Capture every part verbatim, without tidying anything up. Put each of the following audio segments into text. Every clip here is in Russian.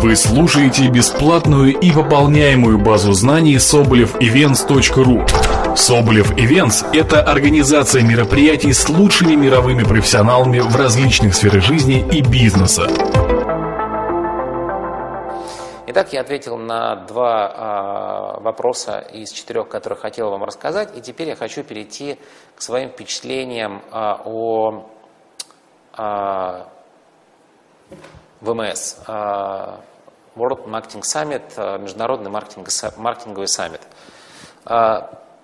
Вы слушаете бесплатную и пополняемую базу знаний соболев ивентс точка ру. Соболев Events – это организация мероприятий с лучшими мировыми профессионалами в различных сферах жизни и бизнеса. Итак, я ответил на два э, вопроса из четырех, которые хотел вам рассказать. И теперь я хочу перейти к своим впечатлениям э, о э, вэ эм эс. Э, World Marketing Summit, э, международный маркетинг, маркетинговый саммит. Э,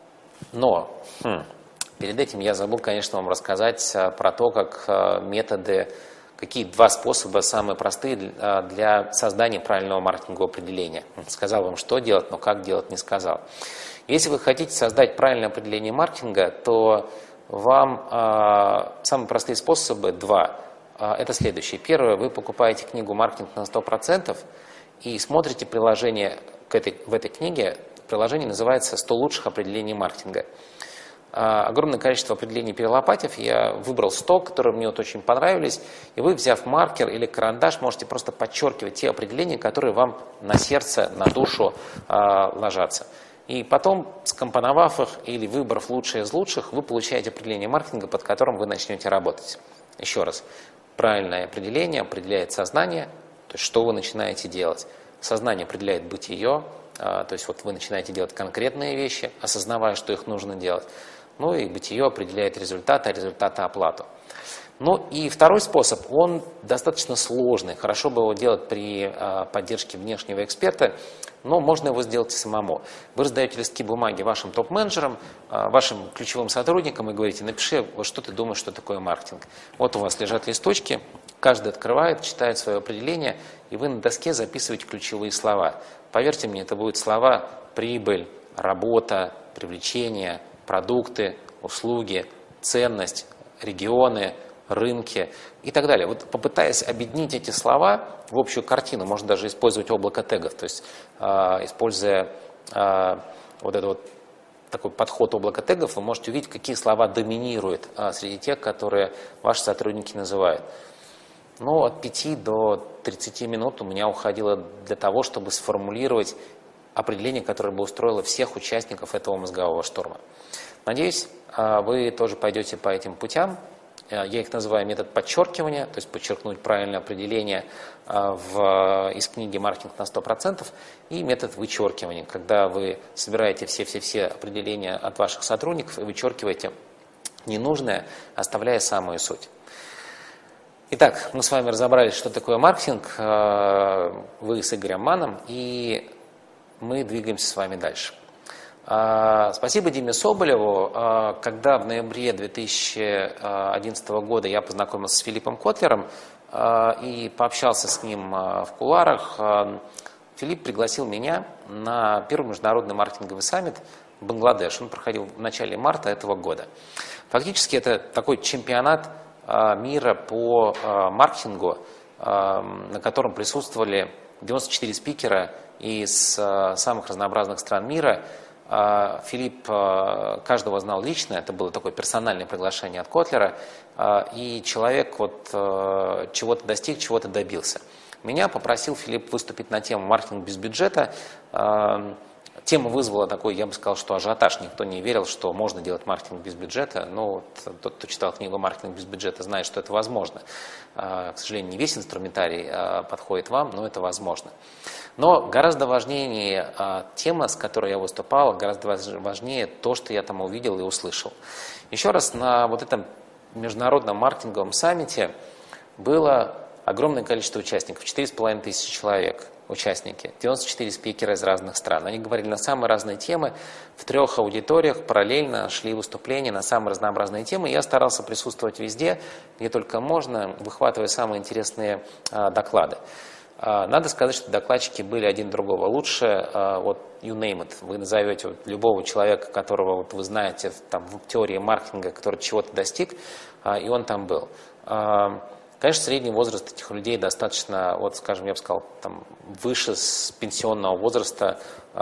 но хм, перед этим я забыл, конечно, вам рассказать э, про то, как э, методы, какие два способа самые простые для, для создания правильного маркетингового определения. Сказал вам, что делать, но как делать, не сказал. Если вы хотите создать правильное определение маркетинга, то вам э, самые простые способы два. Э, это следующее. Первое, вы покупаете книгу «Маркетинг на сто процентов» и смотрите приложение к этой, в этой книге. Приложение называется «сто лучших определений маркетинга». Огромное количество определений перелопатив, я выбрал сто, которые мне вот очень понравились, и вы, взяв маркер или карандаш, можете просто подчеркивать те определения, которые вам на сердце, на душу э, ложатся. И потом, скомпоновав их или выбрав лучшие из лучших, вы получаете определение маркетинга, под которым вы начнете работать. Еще раз, правильное определение определяет сознание, то есть что вы начинаете делать. Сознание определяет бытие, э, то есть вот вы начинаете делать конкретные вещи, осознавая, что их нужно делать. Ну и бытие определяет результат, а результат – оплату. Ну и второй способ, он достаточно сложный. Хорошо бы его делать при э, поддержке внешнего эксперта, но можно его сделать и самому. Вы раздаете листки бумаги вашим топ-менеджерам, э, вашим ключевым сотрудникам и говорите: напиши, вот что ты думаешь, что такое маркетинг. Вот у вас лежат листочки, каждый открывает, читает свое определение, и вы на доске записываете ключевые слова. Поверьте мне, это будут слова «прибыль», «работа», «привлечение», продукты, услуги, ценность, регионы, рынки и так далее. Вот попытаясь объединить эти слова в общую картину, можно даже использовать облако тегов, то есть э, используя э, вот этот вот такой подход облака тегов, вы можете увидеть, какие слова доминируют э, среди тех, которые ваши сотрудники называют. Ну, от пяти до тридцати минут у меня уходило для того, чтобы сформулировать определение, которое бы устроило всех участников этого мозгового шторма. Надеюсь, вы тоже пойдете по этим путям. Я их называю метод подчеркивания, то есть подчеркнуть правильное определение в, из книги «Маркетинг на сто процентов», и метод вычеркивания, когда вы собираете все-все-все определения от ваших сотрудников и вычеркиваете ненужное, оставляя самую суть. Итак, мы с вами разобрались, что такое маркетинг, вы с Игорем Маном, и мы двигаемся с вами дальше. Спасибо Диме Соболеву. Когда в ноябре две тысячи одиннадцатого года я познакомился с Филиппом Котлером и пообщался с ним в кулуарах, Филипп пригласил меня на первый международный маркетинговый саммит в Бангладеш. Он проходил в начале марта этого года. Фактически это такой чемпионат мира по маркетингу, на котором присутствовали девяносто четыре спикера из самых разнообразных стран мира. Филипп каждого знал лично, это было такое персональное приглашение от Котлера, и человек вот чего-то достиг, чего-то добился. Меня попросил Филипп выступить на тему «Маркетинг без бюджета». Тема вызвала такой, я бы сказал, что ажиотаж. Никто не верил, что можно делать маркетинг без бюджета. Но вот тот, кто читал книгу «Маркетинг без бюджета», знает, что это возможно. К сожалению, не весь инструментарий подходит вам, но это возможно. Но гораздо важнее тема, с которой я выступал, гораздо важнее то, что я там увидел и услышал. Еще раз, на вот этом международном маркетинговом саммите было огромное количество участников, четыре с половиной тысячи человек. Участники, девяносто четыре спикера из разных стран. Они говорили на самые разные темы, в трех аудиториях параллельно шли выступления на самые разнообразные темы. Я старался присутствовать везде, где только можно, выхватывая самые интересные а, доклады. А, надо сказать, что докладчики были один другого лучше. А, вот you name it, вы назовете вот любого человека, которого вот вы знаете там, в теории маркетинга, который чего-то достиг, а, и он там был. А, Конечно, средний возраст этих людей достаточно, вот, скажем, я бы сказал, там, выше с пенсионного возраста, э,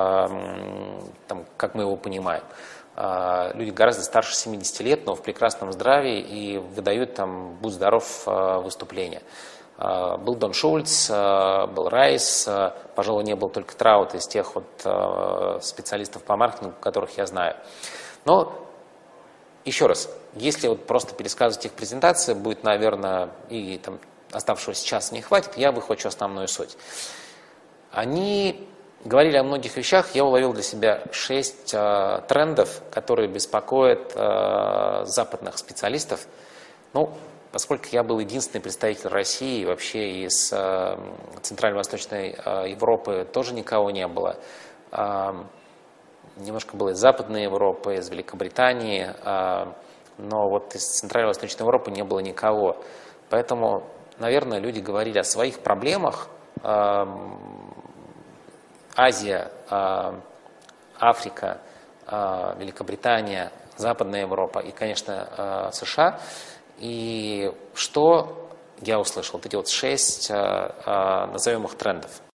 там, как мы его понимаем. Э, люди гораздо старше семидесяти лет, но в прекрасном здравии и выдают там «Будь здоров» э, выступления. Был Дон Шульц, был Райс, пожалуй, не был только Траут из тех вот специалистов по маркетингу, которых я знаю. Но еще раз, если вот просто пересказывать их презентации, будет, наверное, и там оставшегося часа не хватит, я выхвачу основную суть. Они говорили о многих вещах, я уловил для себя шесть э, трендов, которые беспокоят э, западных специалистов. Ну, поскольку я был единственный представитель России, вообще из э, Центрально-Восточной э, Европы тоже никого не было. Э, немножко было из Западной Европы, из Великобритании, э, но вот из Центрально-Восточной Европы не было никого. Поэтому, наверное, люди говорили о своих проблемах. Э, Азия, э, Африка, э, Великобритания, Западная Европа и, конечно, э, США. И что я услышал? Вот эти вот шесть, назовем их, трендов.